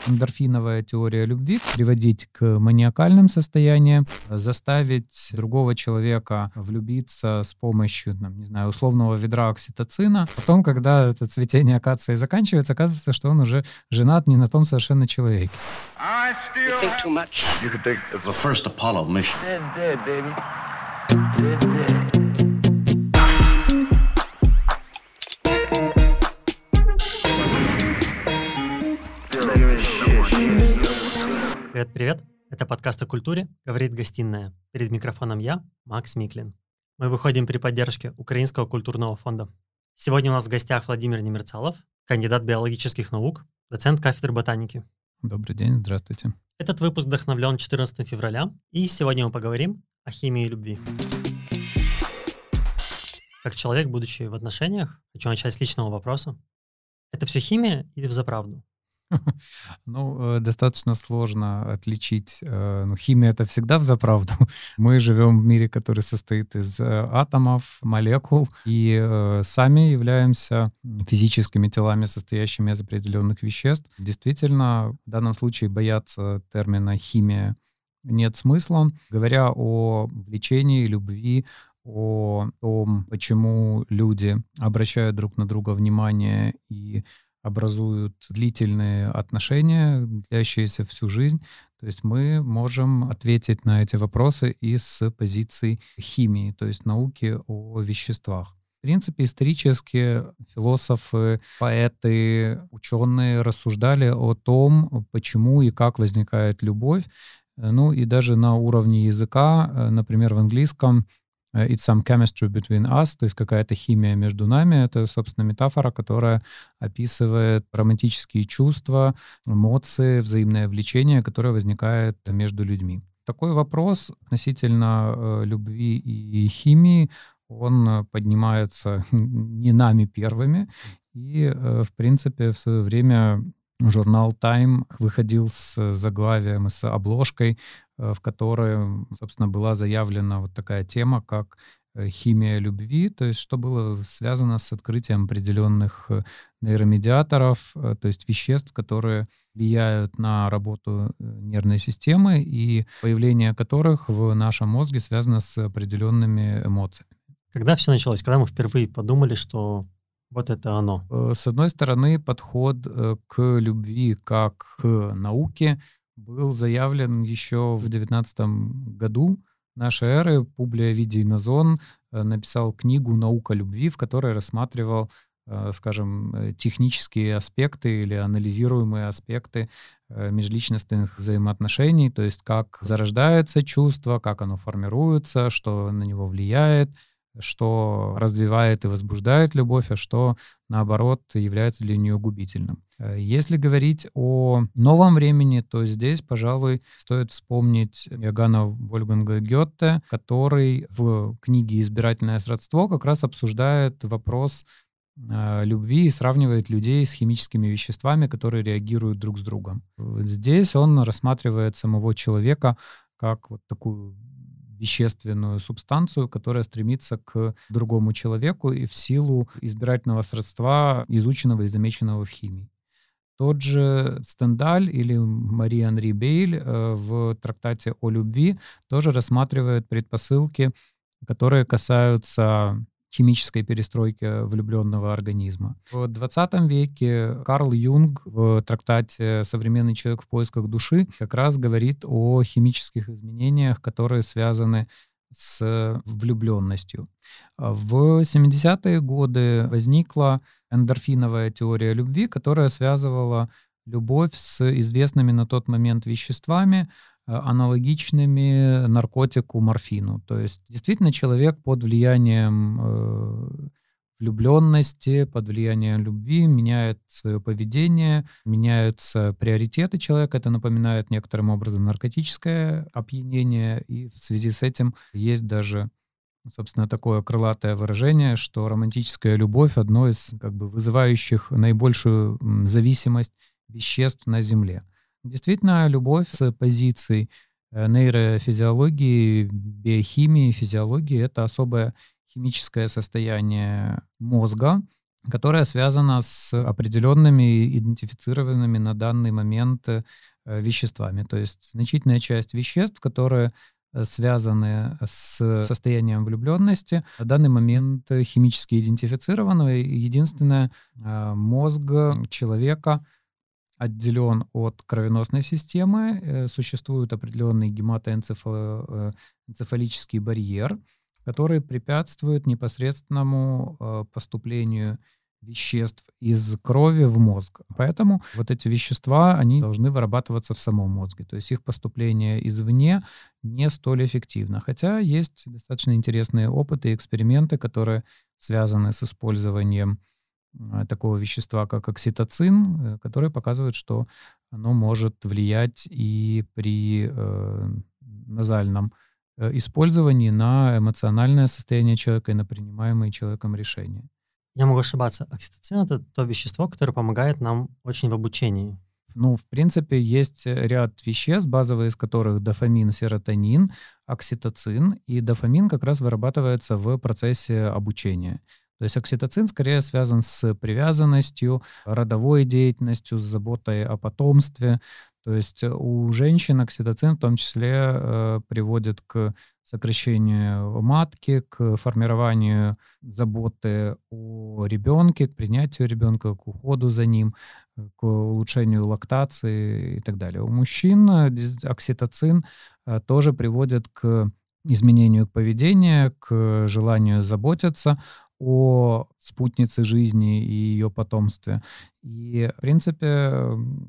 Эндорфиновая теория любви приводить к маниакальным состояниям, заставить другого человека влюбиться с помощью, там, не знаю, условного ведра окситоцина. Потом, когда это цветение акации заканчивается, оказывается, что он уже женат не на том совершенно человеке. You think too much. You could take the first Apollo mission. Dead, baby. Dead. Привет-привет! Это подкаст о культуре «Говорит гостиная». Перед микрофоном я, Макс Миклин. Мы выходим при поддержке Украинского культурного фонда. Сегодня у нас в гостях Владимир Немерцалов, кандидат биологических наук, доцент кафедры ботаники. Добрый день, здравствуйте. Этот выпуск вдохновлен 14 февраля, и сегодня мы поговорим о химии любви. Как человек, будучи в отношениях, хочу начать с личного вопроса. Это все химия или взаправду? Достаточно сложно отличить. Химия — это всегда взаправду. Мы живем в мире, который состоит из атомов, молекул, и сами являемся физическими телами, состоящими из определенных веществ. Действительно, в данном случае бояться термина «химия» нет смысла. Говоря о влечении, любви, о том, почему люди обращают друг на друга внимание и образуют длительные отношения, длящиеся всю жизнь. То есть мы можем ответить на эти вопросы и с позиции химии, то есть науки о веществах. В принципе, исторически философы, поэты, ученые рассуждали о том, почему и как возникает любовь. И даже на уровне языка, например, в английском «It's some chemistry between us», то есть какая-то химия между нами. Это, собственно, метафора, которая описывает романтические чувства, эмоции, взаимное влечение, которое возникает между людьми. Такой вопрос относительно любви и химии, он поднимается не нами первыми. И, в принципе, в свое время журнал Time выходил с заглавием и с обложкой, в которой, собственно, была заявлена вот такая тема, как химия любви, то есть что было связано с открытием определенных нейромедиаторов, то есть веществ, которые влияют на работу нервной системы и появление которых в нашем мозге связано с определенными эмоциями. Когда все началось? Когда мы впервые подумали, что вот это оно? С одной стороны, подход к любви как к науке был заявлен еще в 19 году нашей эры. Публий Овидий Назон написал книгу «Наука любви», в которой рассматривал, технические аспекты или анализируемые аспекты межличностных взаимоотношений, то есть как зарождается чувство, как оно формируется, что на него влияет, что развивает и возбуждает любовь, а что, наоборот, является для нее губительным. Если говорить о новом времени, то здесь, пожалуй, стоит вспомнить Иоганна Вольфганга Гёте, который в книге «Избирательное сродство» как раз обсуждает вопрос любви и сравнивает людей с химическими веществами, которые реагируют друг с другом. Здесь он рассматривает самого человека как вот такую вещественную субстанцию, которая стремится к другому человеку и в силу избирательного сродства, изученного и замеченного в химии. Тот же Стендаль или Мари-Анри Бейль в трактате о любви тоже рассматривает предпосылки, которые касаются химической перестройки влюбленного организма. В 20 веке Карл Юнг в трактате «Современный человек в поисках души» как раз говорит о химических изменениях, которые связаны с влюбленностью. В 70-е годы возникла эндорфиновая теория любви, которая связывала любовь с известными на тот момент веществами, аналогичными наркотику морфину. То есть действительно человек под влиянием влюбленности, под влиянием любви меняет свое поведение, меняются приоритеты человека. Это напоминает некоторым образом наркотическое опьянение. И в связи с этим есть даже, собственно, такое крылатое выражение, что романтическая любовь — одно из вызывающих наибольшую зависимость веществ на Земле. Действительно, любовь с позиций нейрофизиологии, биохимии, физиологии — это особое химическое состояние мозга, которая связана с определенными идентифицированными на данный момент веществами. То есть значительная часть веществ, которые связаны с состоянием влюбленности, на данный момент химически идентифицированы. Единственное, мозг человека отделен от кровеносной системы, существует определенный гематоэнцефалический барьер, который препятствует непосредственному поступлению веществ из крови в мозг. Поэтому вот эти вещества, они должны вырабатываться в самом мозге. То есть их поступление извне не столь эффективно. Хотя есть достаточно интересные опыты и эксперименты, которые связаны с использованием такого вещества, как окситоцин, которые показывают, что оно может влиять и при назальном использовании на эмоциональное состояние человека и на принимаемые человеком решения. Я могу ошибаться. Окситоцин — это то вещество, которое помогает нам очень в обучении. Ну, в принципе, есть ряд веществ, базовые из которых дофамин, серотонин, окситоцин. И дофамин как раз вырабатывается в процессе обучения. То есть окситоцин скорее связан с привязанностью, родовой деятельностью, с заботой о потомстве. То есть у женщин окситоцин в том числе приводит к сокращению матки, к формированию заботы о ребенке, к принятию ребенка, к уходу за ним, к улучшению лактации и так далее. У мужчин окситоцин тоже приводит к изменению поведения, к желанию заботиться о спутнице жизни и ее потомстве. И, в принципе,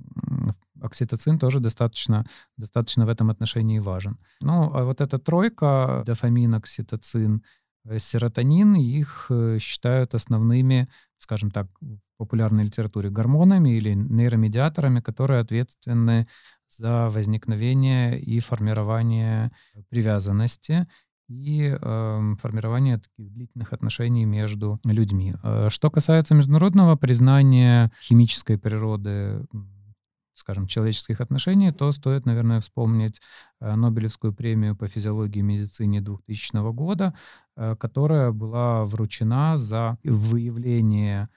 окситоцин тоже достаточно в этом отношении важен. Ну, а вот эта тройка, дофамин, окситоцин, серотонин, их считают основными, скажем так, в популярной литературе гормонами или нейромедиаторами, которые ответственны за возникновение и формирование привязанности и формирование таких длительных отношений между людьми. Что касается международного признания химической природы, скажем, человеческих отношений, то стоит, наверное, вспомнить Нобелевскую премию по физиологии и медицине 2000 года, которая была вручена за выявление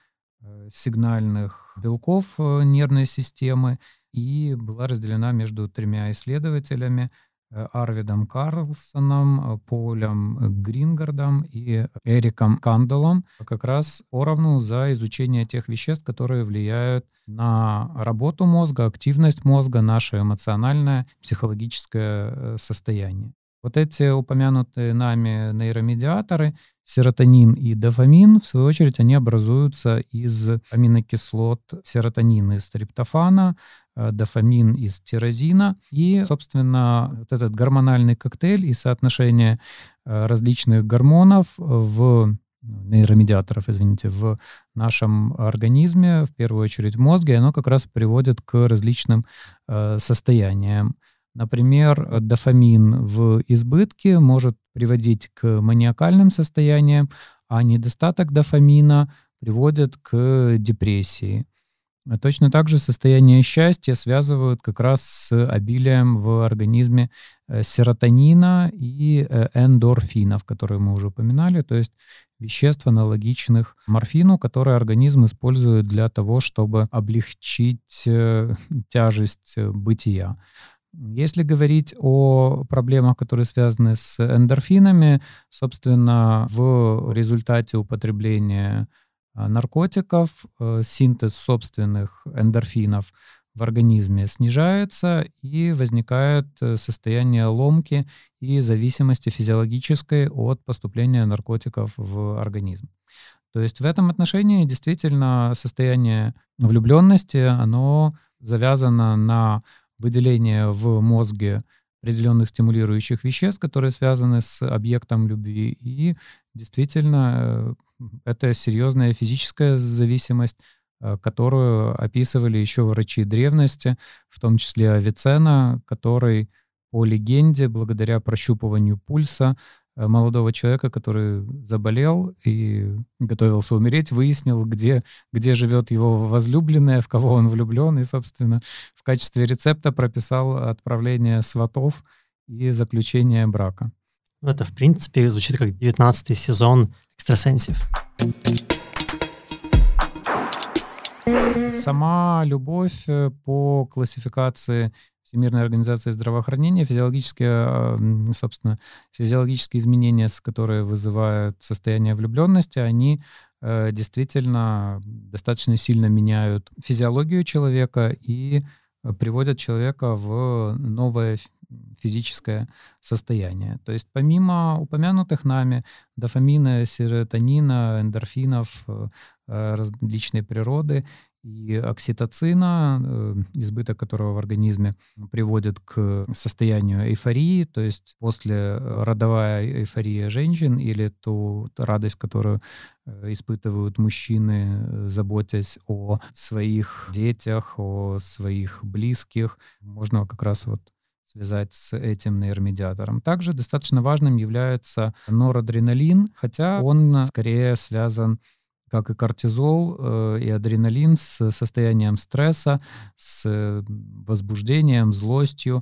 сигнальных белков нервной системы и была разделена между 3 исследователями: Арвидом Карлсоном, Полем Грингардом и Эриком Канделом, как раз поровну за изучение тех веществ, которые влияют на работу мозга, активность мозга, наше эмоциональное, психологическое состояние. Вот эти упомянутые нами нейромедиаторы, серотонин и дофамин, в свою очередь, они образуются из аминокислот: серотонин из триптофана, дофамин из тирозина. И, собственно, вот этот гормональный коктейль и соотношение различных гормонов нейромедиаторов, в нашем организме, в первую очередь в мозге, оно как раз приводит к различным состояниям. Например, дофамин в избытке может приводить к маниакальным состояниям, а недостаток дофамина приводит к депрессии. Точно так же состояние счастья связывают как раз с обилием в организме серотонина и эндорфинов, которые мы уже упоминали, то есть веществ, аналогичных морфину, которые организм использует для того, чтобы облегчить тяжесть бытия. Если говорить о проблемах, которые связаны с эндорфинами, собственно, в результате употребления наркотиков синтез собственных эндорфинов в организме снижается и возникает состояние ломки и зависимости физиологической от поступления наркотиков в организм. То есть в этом отношении действительно состояние влюбленности, оно завязано на выделение в мозге определенных стимулирующих веществ, которые связаны с объектом любви. И действительно, это серьезная физическая зависимость, которую описывали еще врачи древности, в том числе Авиценна, который, по легенде, благодаря прощупыванию пульса молодого человека, который заболел и готовился умереть, выяснил, где живет его возлюбленная, в кого он влюблен, и, собственно, в качестве рецепта прописал отправление сватов и заключение брака. Это, в принципе, звучит как 19-й сезон «Экстрасенсив». Сама любовь по классификации Всемирной организации здравоохранения, собственно, физиологические изменения, которые вызывают состояние влюбленности, они действительно достаточно сильно меняют физиологию человека и приводят человека в новое физическое состояние. То есть помимо упомянутых нами дофамина, серотонина, эндорфинов различной природы и окситоцина, избыток которого в организме приводит к состоянию эйфории, то есть послеродовая эйфория женщин или ту радость, которую испытывают мужчины, заботясь о своих детях, о своих близких. Можно как раз связать с этим нейромедиатором. Также достаточно важным является норадреналин, хотя он скорее связан, как и кортизол и адреналин, с состоянием стресса, с возбуждением, злостью.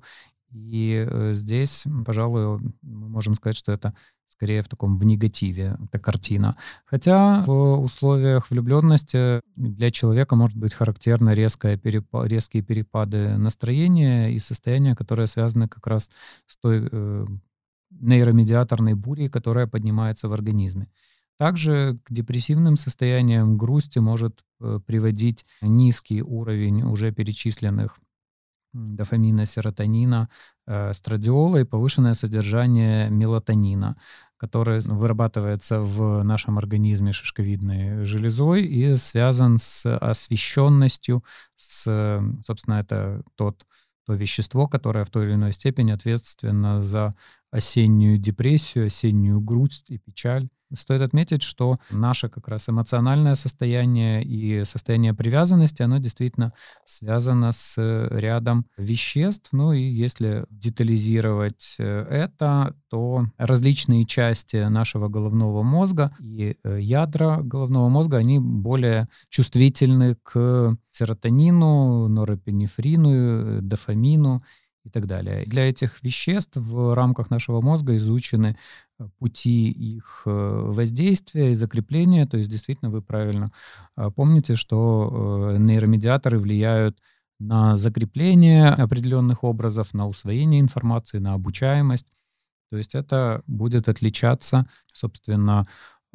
И здесь, пожалуй, мы можем сказать, что это скорее в негативе эта картина. Хотя в условиях влюбленности для человека может быть характерны резкие перепады настроения и состояния, которые связаны как раз с той нейромедиаторной бурей, которая поднимается в организме. Также к депрессивным состояниям, грусти может приводить низкий уровень уже перечисленных дофамина, серотонина, эстрадиола и повышенное содержание мелатонина, который вырабатывается в нашем организме шишковидной железой и связан с освещенностью, собственно, это то вещество, которое в той или иной степени ответственно за осеннюю депрессию, осеннюю грусть и печаль. Стоит отметить, что наше как раз эмоциональное состояние и состояние привязанности, оно действительно связано с рядом веществ. Ну и если детализировать это, то различные части нашего головного мозга и ядра головного мозга, они более чувствительны к серотонину, норэпинефрину, дофамину и так далее. Для этих веществ в рамках нашего мозга изучены пути их воздействия и закрепления. То есть действительно вы правильно помните, что нейромедиаторы влияют на закрепление определенных образов, на усвоение информации, на обучаемость. То есть это будет отличаться, собственно,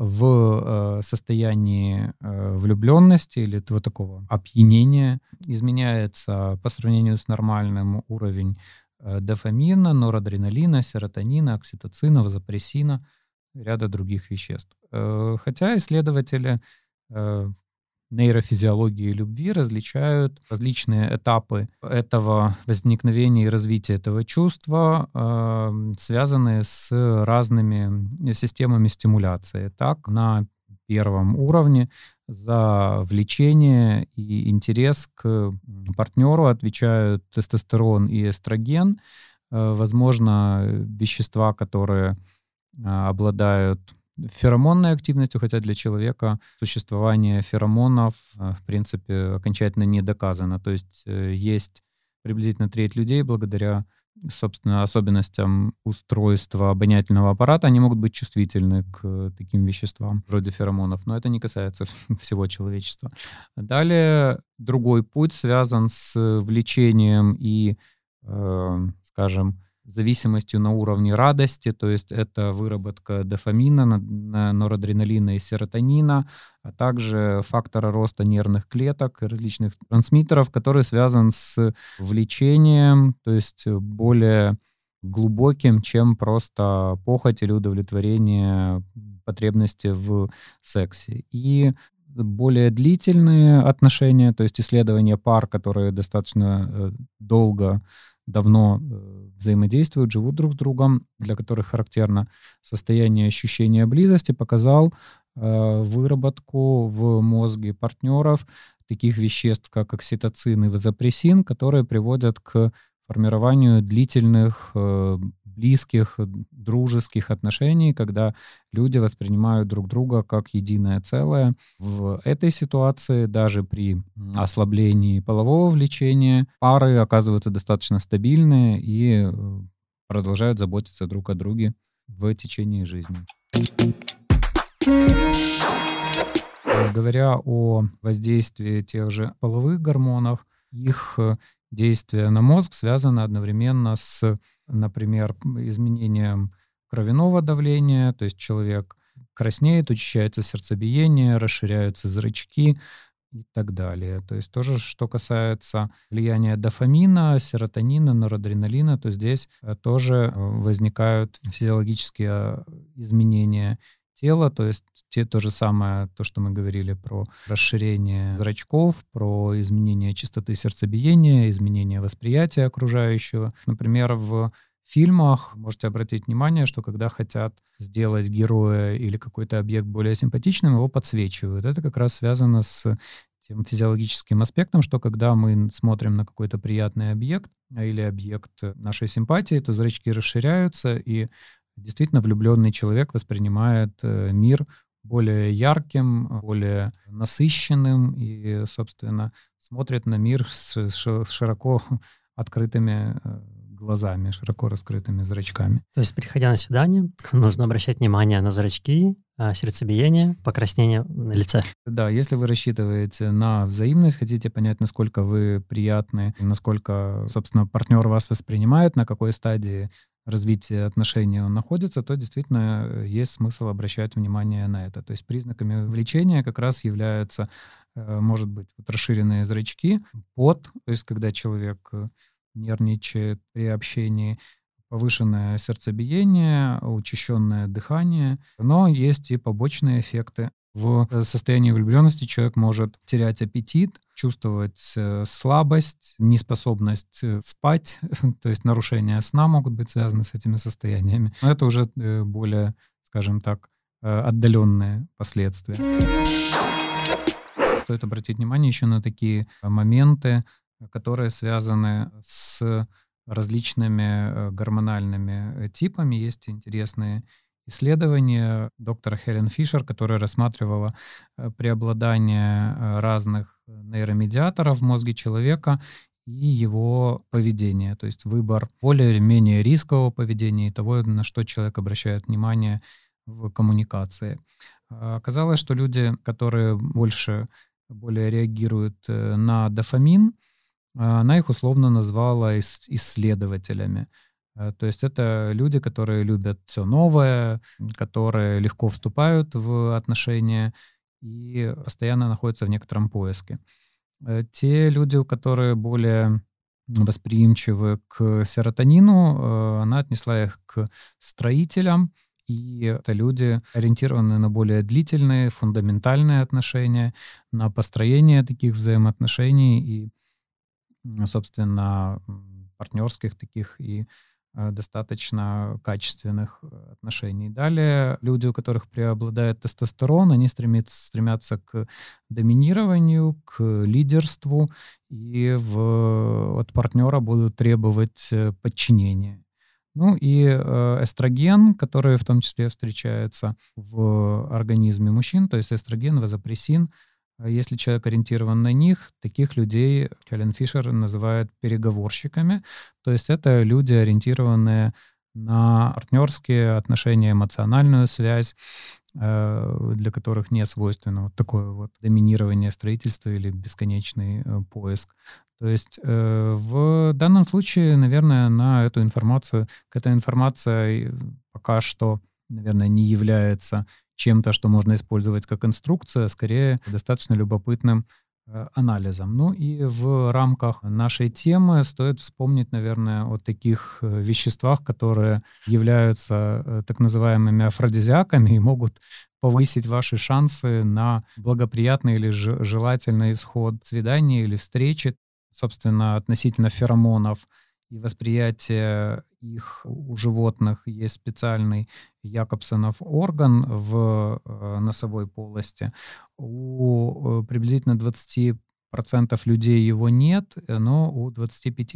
в состоянии влюбленности или такого опьянения. Изменяется по сравнению с нормальным уровень дофамина, норадреналина, серотонина, окситоцина, вазопрессина и ряда других веществ. Хотя исследователи нейрофизиологии любви различают различные этапы этого возникновения и развития этого чувства, связанные с разными системами стимуляции. Так, на первом уровне за влечение и интерес к партнеру отвечают тестостерон и эстроген, возможно, вещества, которые обладают феромонной активностью, хотя для человека существование феромонов, в принципе, окончательно не доказано. То есть есть приблизительно треть людей, благодаря, собственно, особенностям устройства обонятельного аппарата, они могут быть чувствительны к таким веществам, вроде феромонов, но это не касается всего человечества. Далее другой путь связан с влечением и, скажем, зависимостью на уровне радости, то есть это выработка дофамина, норадреналина и серотонина, а также фактора роста нервных клеток и различных трансмиттеров, который связан с влечением, то есть более глубоким, чем просто похоть или удовлетворение потребности в сексе. И более длительные отношения, то есть исследования пар, которые достаточно давно взаимодействуют, живут друг с другом, для которых характерно состояние ощущения близости, показал выработку в мозге партнеров таких веществ, как окситоцин и вазопрессин, которые приводят к формированию длительных, близких, дружеских отношений, когда люди воспринимают друг друга как единое целое. В этой ситуации, даже при ослаблении полового влечения, пары оказываются достаточно стабильные и продолжают заботиться друг о друге в течение жизни. Говоря о воздействии тех же половых гормонов, их действие на мозг связано одновременно с, например, изменением кровяного давления, то есть человек краснеет, учащается сердцебиение, расширяются зрачки и так далее. То есть тоже, что касается влияния дофамина, серотонина, норадреналина, то здесь тоже возникают физиологические изменения тела, то есть то же самое, то, что мы говорили про расширение зрачков, про изменение частоты сердцебиения, изменение восприятия окружающего. Например, в фильмах можете обратить внимание, что когда хотят сделать героя или какой-то объект более симпатичным, его подсвечивают. Это как раз связано с тем физиологическим аспектом, что когда мы смотрим на какой-то приятный объект или объект нашей симпатии, то зрачки расширяются, и действительно влюбленный человек воспринимает мир более ярким, более насыщенным и, собственно, смотрит на мир с широко открытыми глазами, широко раскрытыми зрачками. То есть, приходя на свидание, нужно обращать внимание на зрачки, сердцебиение, покраснение на лице. Да, если вы рассчитываете на взаимность, хотите понять, насколько вы приятны, насколько, собственно, партнер вас воспринимает, на какой стадии развития отношений он находится, то действительно есть смысл обращать внимание на это. То есть признаками влечения как раз являются, может быть, вот расширенные зрачки, пот, то есть когда человек нервничает при общении, повышенное сердцебиение, учащенное дыхание, но есть и побочные эффекты. В состоянии влюбленности человек может терять аппетит, чувствовать слабость, неспособность спать, то есть нарушения сна могут быть связаны с этими состояниями. Но это уже более, скажем так, отдаленные последствия. Стоит обратить внимание еще на такие моменты, которые связаны с различными гормональными типами. Есть интересные исследования доктора Хелен Фишер, которая рассматривала преобладание разных нейромедиаторов в мозге человека и его поведение, то есть выбор более или менее рискового поведения и того, на что человек обращает внимание в коммуникации. Оказалось, что люди, которые более реагируют на дофамин, она их условно назвала исследователями. То есть это люди, которые любят все новое, которые легко вступают в отношения и постоянно находятся в некотором поиске. Те люди, которые более восприимчивы к серотонину, она отнесла их к строителям, и это люди, ориентированные на более длительные, фундаментальные отношения, на построение таких взаимоотношений и, собственно, партнерских таких и достаточно качественных отношений. Далее люди, у которых преобладает тестостерон, они стремятся к доминированию, к лидерству и от партнера будут требовать подчинения. Ну и эстроген, который в том числе встречается в организме мужчин, то есть эстроген, вазопрессин. Если человек ориентирован на них, таких людей Хелен Фишер называет переговорщиками. То есть это люди, ориентированные на партнерские отношения, эмоциональную связь, для которых не свойственно вот такое вот доминирование строительства или бесконечный поиск. То есть в данном случае, наверное, эта информация пока что, наверное, не является чем-то, что можно использовать как инструкция, скорее достаточно любопытным анализом. Ну и в рамках нашей темы стоит вспомнить, наверное, о таких веществах, которые являются так называемыми афродизиаками и могут повысить ваши шансы на благоприятный или желательный исход свидания или встречи. Собственно, относительно феромонов и восприятия их у животных есть специальный Якобсонов орган в носовой полости. У приблизительно 20% людей его нет, но у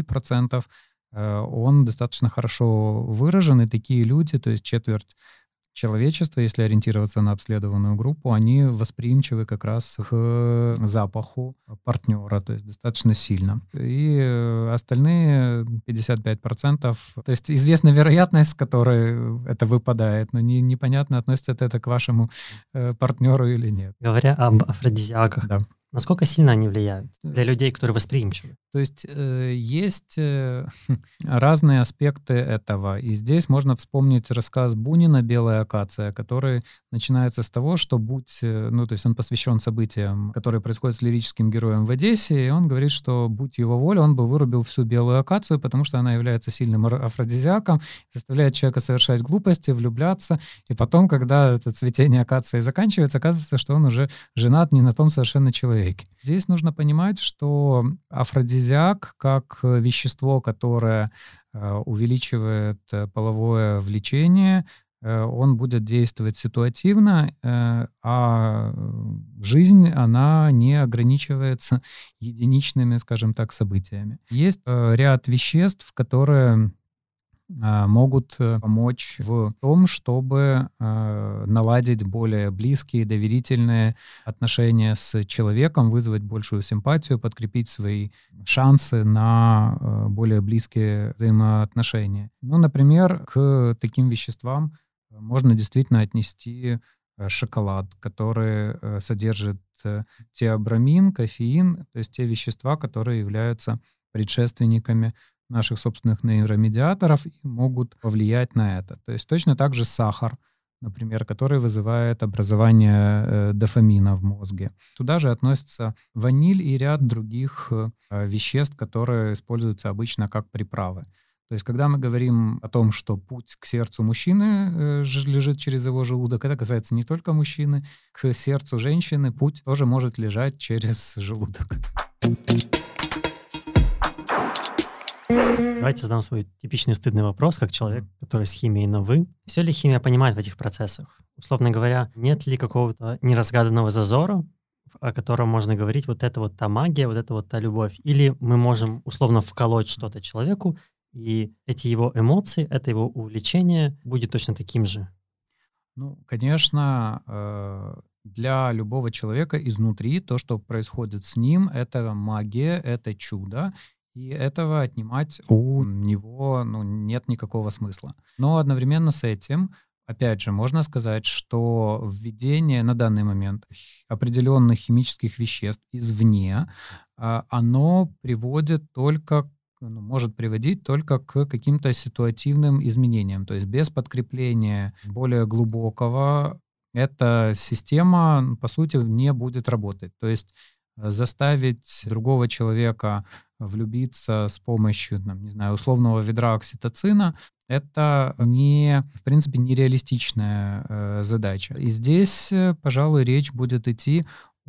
25% он достаточно хорошо выражен, и такие люди, то есть четверть человечество, если ориентироваться на обследованную группу, они восприимчивы как раз к запаху партнера, то есть достаточно сильно. И остальные 55%, то есть известна вероятность, с которой это выпадает, но непонятно, относится это к вашему партнеру или нет. Говоря об афродизиаках, Да. насколько сильно они влияют для людей, которые восприимчивы? То есть есть разные аспекты этого. И здесь можно вспомнить рассказ Бунина «Белая акация», который начинается с того, что то есть он посвящен событиям, которые происходят с лирическим героем в Одессе, и он говорит, что будь его воля, он бы вырубил всю белую акацию, потому что она является сильным афродизиаком, заставляет человека совершать глупости, влюбляться, и потом, когда это цветение акации заканчивается, оказывается, что он уже женат не на том совершенно человеке. Здесь нужно понимать, что афродизиак как вещество, которое увеличивает половое влечение, он будет действовать ситуативно, а жизнь, она не ограничивается единичными, скажем так, событиями. Есть ряд веществ, которые могут помочь в том, чтобы наладить более близкие, доверительные отношения с человеком, вызвать большую симпатию, подкрепить свои шансы на более близкие взаимоотношения. Например, к таким веществам можно действительно отнести шоколад, который содержит теобрамин, кофеин, то есть те вещества, которые являются предшественниками наших собственных нейромедиаторов и могут повлиять на это. То есть точно так же сахар, например, который вызывает образование дофамина в мозге. Туда же относятся ваниль и ряд других веществ, которые используются обычно как приправы. То есть когда мы говорим о том, что путь к сердцу мужчины лежит через его желудок, это касается не только мужчины, к сердцу женщины путь тоже может лежать через желудок. Давайте задам свой типичный стыдный вопрос, как человек, который с химией на «вы». Все ли химия понимает в этих процессах? Условно говоря, нет ли какого-то неразгаданного зазора, о котором можно говорить, вот это вот та магия, вот это вот та любовь? Или мы можем условно вколоть что-то человеку, и эти его эмоции, это его увлечение будет точно таким же? Конечно, для любого человека изнутри то, что происходит с ним, это магия, это чудо, и этого отнимать у него нет никакого смысла. Но одновременно с этим, опять же, можно сказать, что введение на данный момент определенных химических веществ извне, оно может приводить только к каким-то ситуативным изменениям. То есть без подкрепления более глубокого эта система, по сути, не будет работать. То есть заставить другого человека влюбиться с помощью, условного ведра окситоцина, это в принципе, нереалистичная задача. И здесь, пожалуй, речь будет идти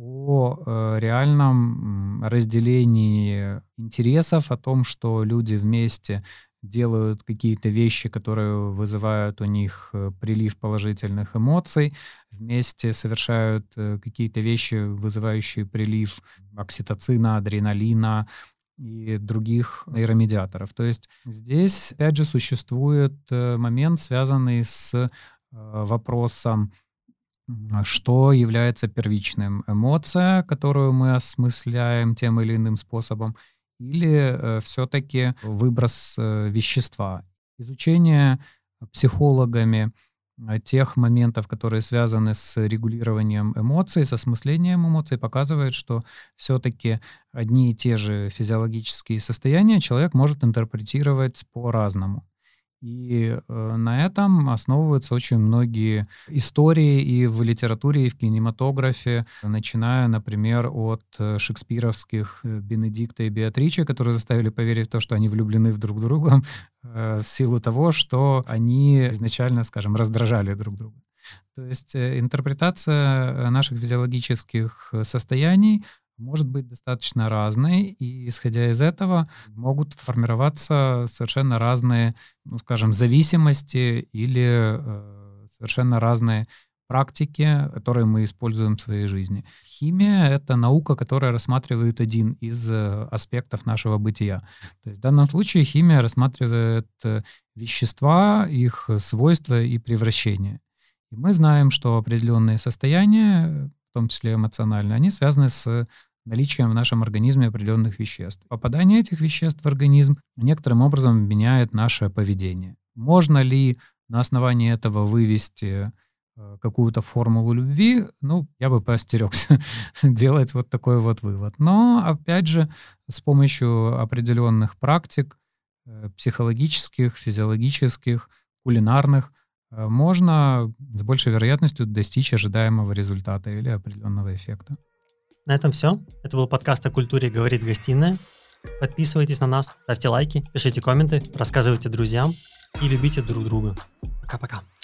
о реальном разделении интересов, о том, что люди вместе делают какие-то вещи, которые вызывают у них прилив положительных эмоций, вместе совершают какие-то вещи, вызывающие прилив окситоцина, адреналина и других нейромедиаторов. То есть здесь, опять же, существует момент, связанный с вопросом, что является первичным: эмоция, которую мы осмысляем тем или иным способом, или все-таки выброс вещества. Изучение психологами тех моментов, которые связаны с регулированием эмоций, с осмыслением эмоций, показывает, что все-таки одни и те же физиологические состояния человек может интерпретировать по-разному. И на этом основываются очень многие истории и в литературе, и в кинематографе, начиная, например, от шекспировских Бенедикта и Беатриче, которые заставили поверить в то, что они влюблены в друг друга в силу того, что они изначально, скажем, раздражали друг друга. То есть интерпретация наших физиологических состояний может быть достаточно разной, и, исходя из этого, могут формироваться совершенно разные, зависимости или совершенно разные практики, которые мы используем в своей жизни. Химия — это наука, которая рассматривает один из аспектов нашего бытия. То есть в данном случае химия рассматривает вещества, их свойства и превращения. И мы знаем, что определенные состояния, в том числе эмоциональные, они связаны с наличием в нашем организме определенных веществ. Попадание этих веществ в организм некоторым образом меняет наше поведение. Можно ли на основании этого вывести какую-то формулу любви? Я бы поостерегся делать вот такой вот вывод. Но, опять же, с помощью определенных практик, психологических, физиологических, кулинарных, можно с большей вероятностью достичь ожидаемого результата или определенного эффекта. На этом все. Это был подкаст о культуре «Говорит гостиная». Подписывайтесь на нас, ставьте лайки, пишите комменты, рассказывайте друзьям и любите друг друга. Пока-пока.